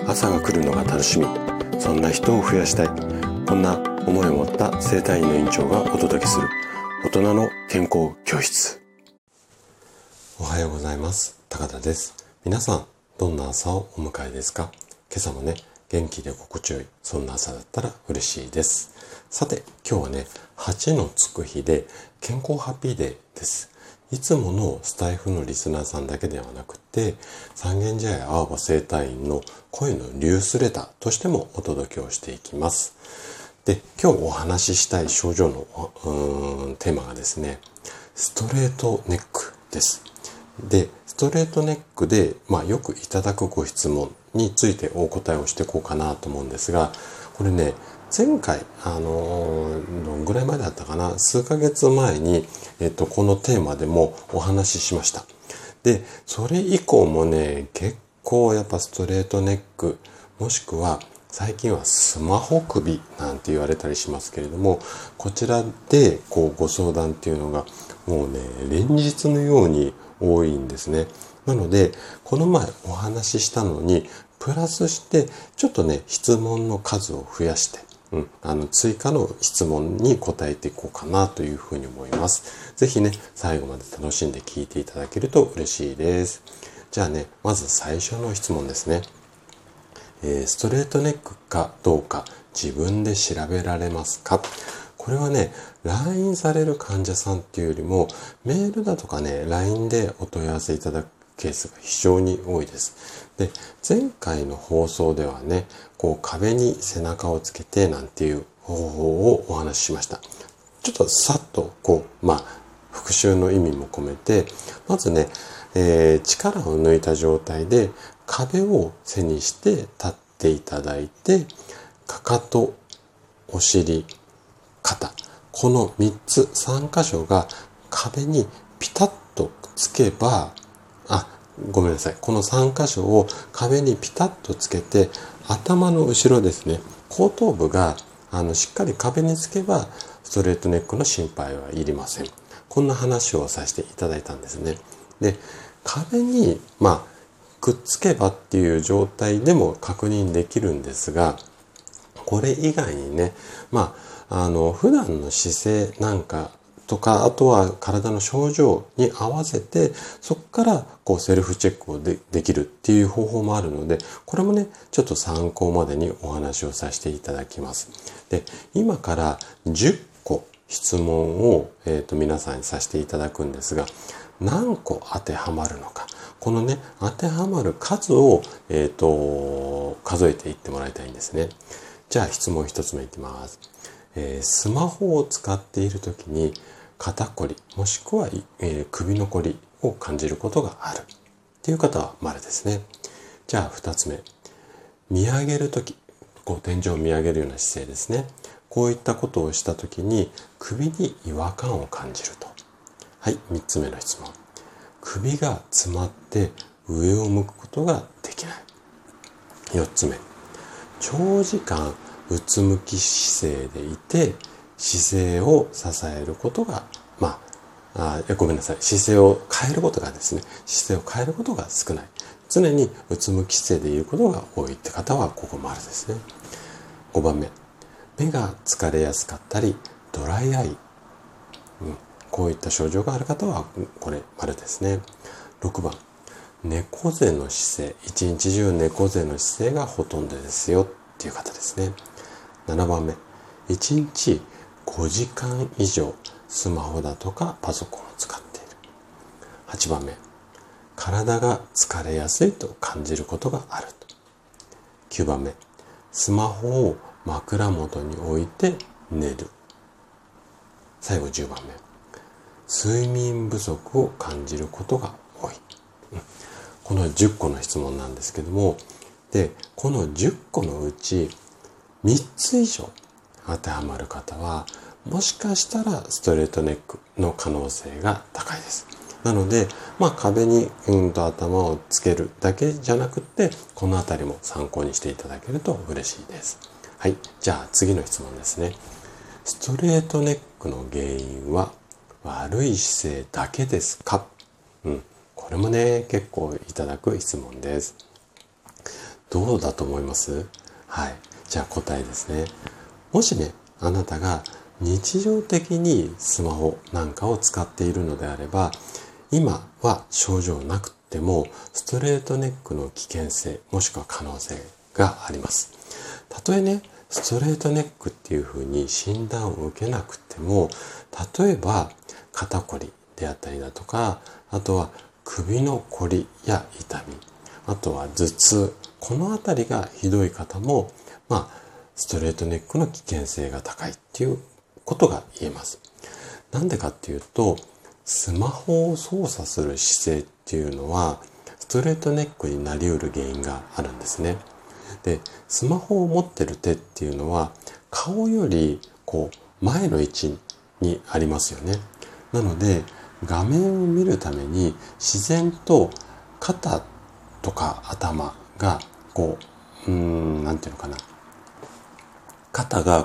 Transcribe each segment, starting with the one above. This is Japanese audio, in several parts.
朝が来るのが楽しみ、そんな人を増やしたい、こんな思いを持った整体院の院長がお届けする大人の健康教室。おはようございます。高田です。皆さんどんな朝をお迎えですか？今朝もね、元気で心地よい、そんな朝だったら嬉しいです。さて、今日はね、8のつく日で健康ハッピーデーです。いつものスタイフのリスナーさんだけではなくて、三軒茶屋青葉整体院の声のニュースレターとしてもお届けをしていきます。で、今日お話ししたい症状のテーマがですね、ストレートネックです。で、ストレートネックで、よくいただくご質問についてお答えをしていこうかなと思うんですが、これね、前回、どんぐらい前だったかな、数ヶ月前に、このテーマでもお話ししました。で、それ以降もね、結構やっぱストレートネック、もしくは最近はスマホ首なんて言われたりしますけれども、こちらでご相談っていうのがもうね、連日のように多いんですね。なので、この前お話ししたのに、プラスして、ちょっとね、質問の数を増やして、追加の質問に答えていこうかなというふうに思います。ぜひね、最後まで楽しんで聞いていただけると嬉しいです。じゃあね、まず最初の質問ですね。ストレートネックかどうか自分で調べられますか？これはね、LINE される患者さんっていうよりも、メールだとかね、LINE でお問い合わせいただくケースが非常に多いです。で、前回の放送ではね、壁に背中をつけてなんていう方法をお話ししました。ちょっとさっと復習の意味も込めて、まずね、力を抜いた状態で壁を背にして立っていただいて、かかと、お尻、肩、この3箇所が壁にピタッとつけば、ごめんなさい。この3箇所を壁にピタッとつけて、頭の後ろですね、後頭部がしっかり壁につけば、ストレートネックの心配はいりません。こんな話をさせていただいたんですね。で、壁に、くっつけばっていう状態でも確認できるんですが、これ以外にね、普段の姿勢なんかとか、あとは体の症状に合わせて、そこからセルフチェックをできるっていう方法もあるので、これもね、ちょっと参考までにお話をさせていただきます。で、今から10個質問を、皆さんにさせていただくんですが、何個当てはまるのか。このね、当てはまる数を、数えていってもらいたいんですね。じゃあ質問一つ目いきます。スマホを使っているときに肩こりもしくは、首のこりを感じることがあるっていう方は丸ですね。じゃあ2つ目、見上げるとき、天井を見上げるような姿勢ですね。こういったことをしたときに首に違和感を感じると。はい、3つ目の質問、首が詰まって上を向くことができない。4つ目、長時間うつむき姿勢でいて姿勢を支えることが姿勢を変えることがですね、姿勢を変えることが少ない、常にうつむき姿勢でいることが多いって方はここ丸ですね。5番目、目が疲れやすかったりドライアイ、こういった症状がある方はこれ丸ですね。6番、猫背の姿勢、一日中猫背の姿勢がほとんどですよっていう方ですね。7番目、1日5時間以上スマホだとかパソコンを使っている。8番目、体が疲れやすいと感じることがあると。9番目、スマホを枕元に置いて寝る。最後10番目、睡眠不足を感じることが多い。この10個の質問なんですけども、で、この10個のうち3つ以上当てはまる方は、もしかしたらストレートネックの可能性が高いです。なので、壁に頭をつけるだけじゃなくって、このあたりも参考にしていただけると嬉しいです。はい、じゃあ次の質問ですね。ストレートネックの原因は悪い姿勢だけですか？これもね、結構いただく質問です。 どうだと思います？はい。じゃあ答えですね。もしね、あなたが日常的にスマホなんかを使っているのであれば、今は症状なくてもストレートネックの危険性もしくは可能性があります。たとえね、ストレートネックっていう風に診断を受けなくても、例えば肩こりであったりだとか、あとは首のこりや痛み、あとは頭痛、このあたりがひどい方も、ストレートネックの危険性が高いっていうことが言えます。なんでかっていうと、スマホを操作する姿勢っていうのは、ストレートネックになり得る原因があるんですね。で、スマホを持ってる手っていうのは、顔より前の位置にありますよね。なので、画面を見るために自然と肩とか頭がなんていうのかな。肩が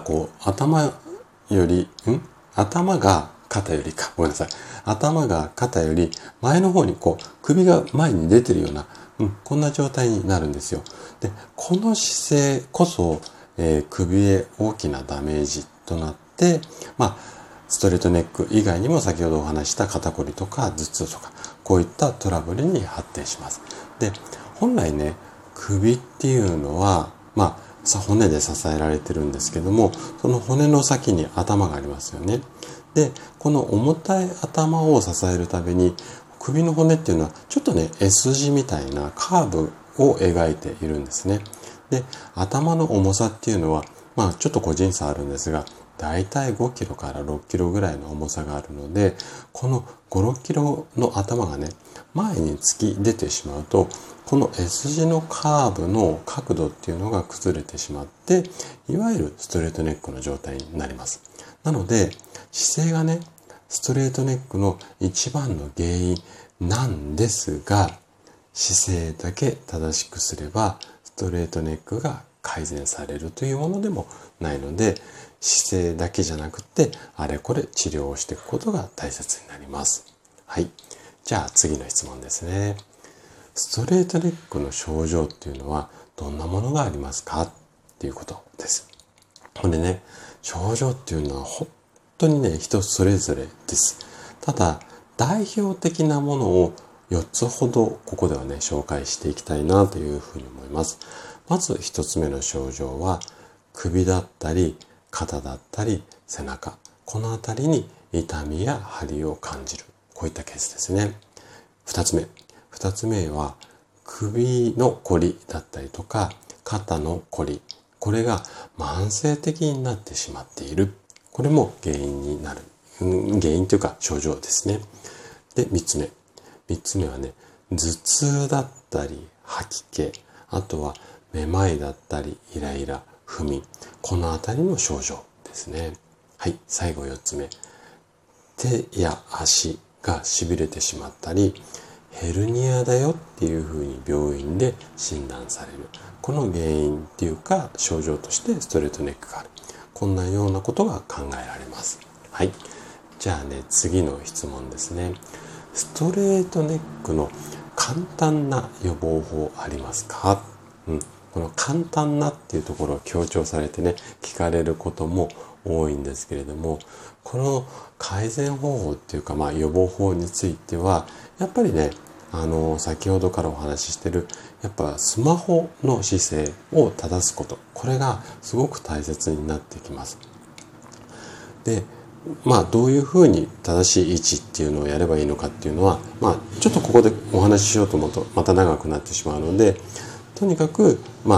頭が肩よりか、ごめんなさい。頭が肩より前の方に首が前に出てるような、こんな状態になるんですよ。で、この姿勢こそ、首へ大きなダメージとなって、ストレートネック以外にも先ほどお話した肩こりとか頭痛とか、こういったトラブルに発展します。で、本来ね、首っていうのは、骨で支えられてるんですけども、その骨の先に頭がありますよね。で、この重たい頭を支えるために、首の骨っていうのはちょっとね、S 字みたいなカーブを描いているんですね。で、頭の重さっていうのは、ちょっと個人差あるんですが、だいたい5キロから6キロぐらいの重さがあるので、この5、6キロの頭がね、前に突き出てしまうと、この S 字のカーブの角度っていうのが崩れてしまって、いわゆるストレートネックの状態になります。なので、姿勢がね、ストレートネックの一番の原因なんですが、姿勢だけ正しくすれば、ストレートネックが改善されるというものでもないので、姿勢だけじゃなくて、あれこれ治療をしていくことが大切になります。はい。じゃあ次の質問ですね。ストレートネックの症状っていうのはどんなものがありますかっていうことです。これね、症状っていうのは本当にね、人それぞれです。ただ、代表的なものを4つほどここではね、紹介していきたいなというふうに思います。まず1つ目の症状は、首だったり、肩だったり、背中。このあたりに痛みや張りを感じる。こういったケースですね。2つ目は、首のこりだったりとか、肩のこり。これが慢性的になってしまっている。これも原因になる。原因というか症状ですね。で、3つ目はね、頭痛だったり、吐き気、あとはめまいだったり、イライラ、不眠。このあたりの症状ですね。はい、最後4つ目。手や足が痺れてしまったり、ヘルニアだよっていうふうに病院で診断される。この原因っていうか症状としてストレートネックがある。こんなようなことが考えられます。はい。じゃあね、次の質問ですね。ストレートネックの簡単な予防法ありますか？この簡単なっていうところを強調されてね、聞かれることも多いんですけれども、この改善方法っていうか、予防法については、やっぱりね、先ほどからお話ししてる、やっぱスマホの姿勢を正すこと、これがすごく大切になってきます。で、どういうふうに正しい位置っていうのをやればいいのかっていうのは、ちょっとここでお話ししようと思うとまた長くなってしまうので、とにかく、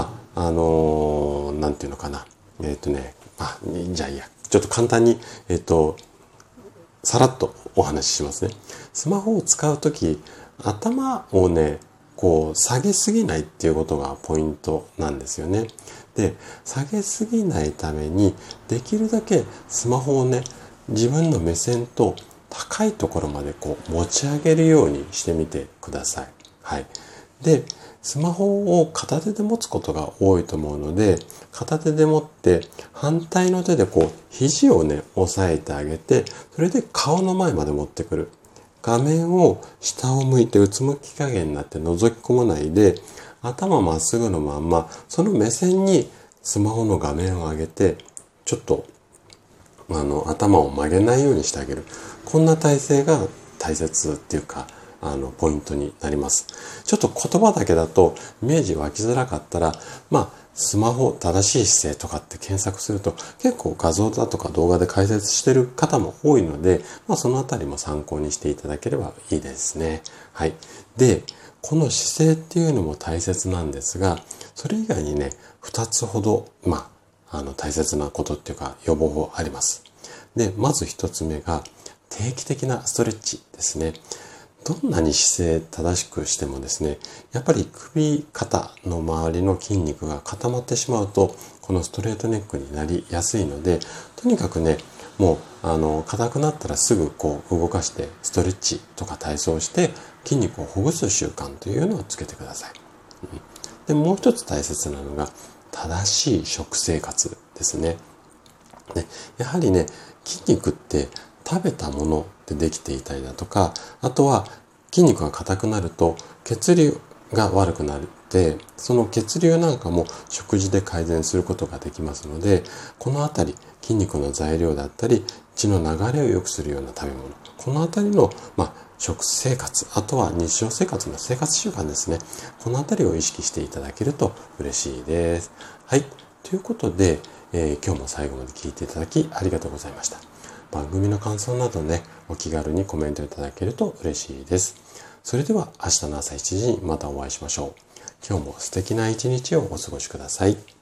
なんていうのかな。じゃあいいや。ちょっと簡単に、さらっとお話ししますね。スマホを使うとき、頭をね、下げすぎないっていうことがポイントなんですよね。で、下げすぎないために、できるだけスマホをね、自分の目線と高いところまで持ち上げるようにしてみてください。はい。で、スマホを片手で持つことが多いと思うので、片手で持って反対の手で肘をね、押さえてあげて、それで顔の前まで持ってくる。画面を下を向いてうつむき加減になって覗き込まないで、 頭まっすぐのまんま、その目線にスマホの画面を上げて、ちょっと頭を曲げないようにしてあげる。こんな体勢が大切っていうか、ポイントになります。ちょっと言葉だけだとイメージ湧きづらかったら、スマホ正しい姿勢とかって検索すると結構画像だとか動画で解説してる方も多いので、そのあたりも参考にしていただければいいですね。はい。で、この姿勢っていうのも大切なんですが、それ以外にね、2つほど、大切なことっていうか予防法あります。で、まず1つ目が定期的なストレッチですね。どんなに姿勢正しくしてもですね、やっぱり首、肩の周りの筋肉が固まってしまうと、このストレートネックになりやすいので、とにかくね、もう、硬くなったらすぐ動かして、ストレッチとか体操して、筋肉をほぐす習慣というのをつけてください。で、もう一つ大切なのが、正しい食生活ですね。で、やはりね、筋肉って食べたものでできていたりだとか、あとは筋肉が硬くなると血流が悪くなって、その血流なんかも食事で改善することができますので、このあたり筋肉の材料だったり血の流れを良くするような食べ物、このあたりの食生活、あとは日常生活の生活習慣ですね。このあたりを意識していただけると嬉しいです。はい。ということで、今日も最後まで聞いていただきありがとうございました。番組の感想などね、お気軽にコメントいただけると嬉しいです。それでは明日の朝7時にまたお会いしましょう。今日も素敵な一日をお過ごしください。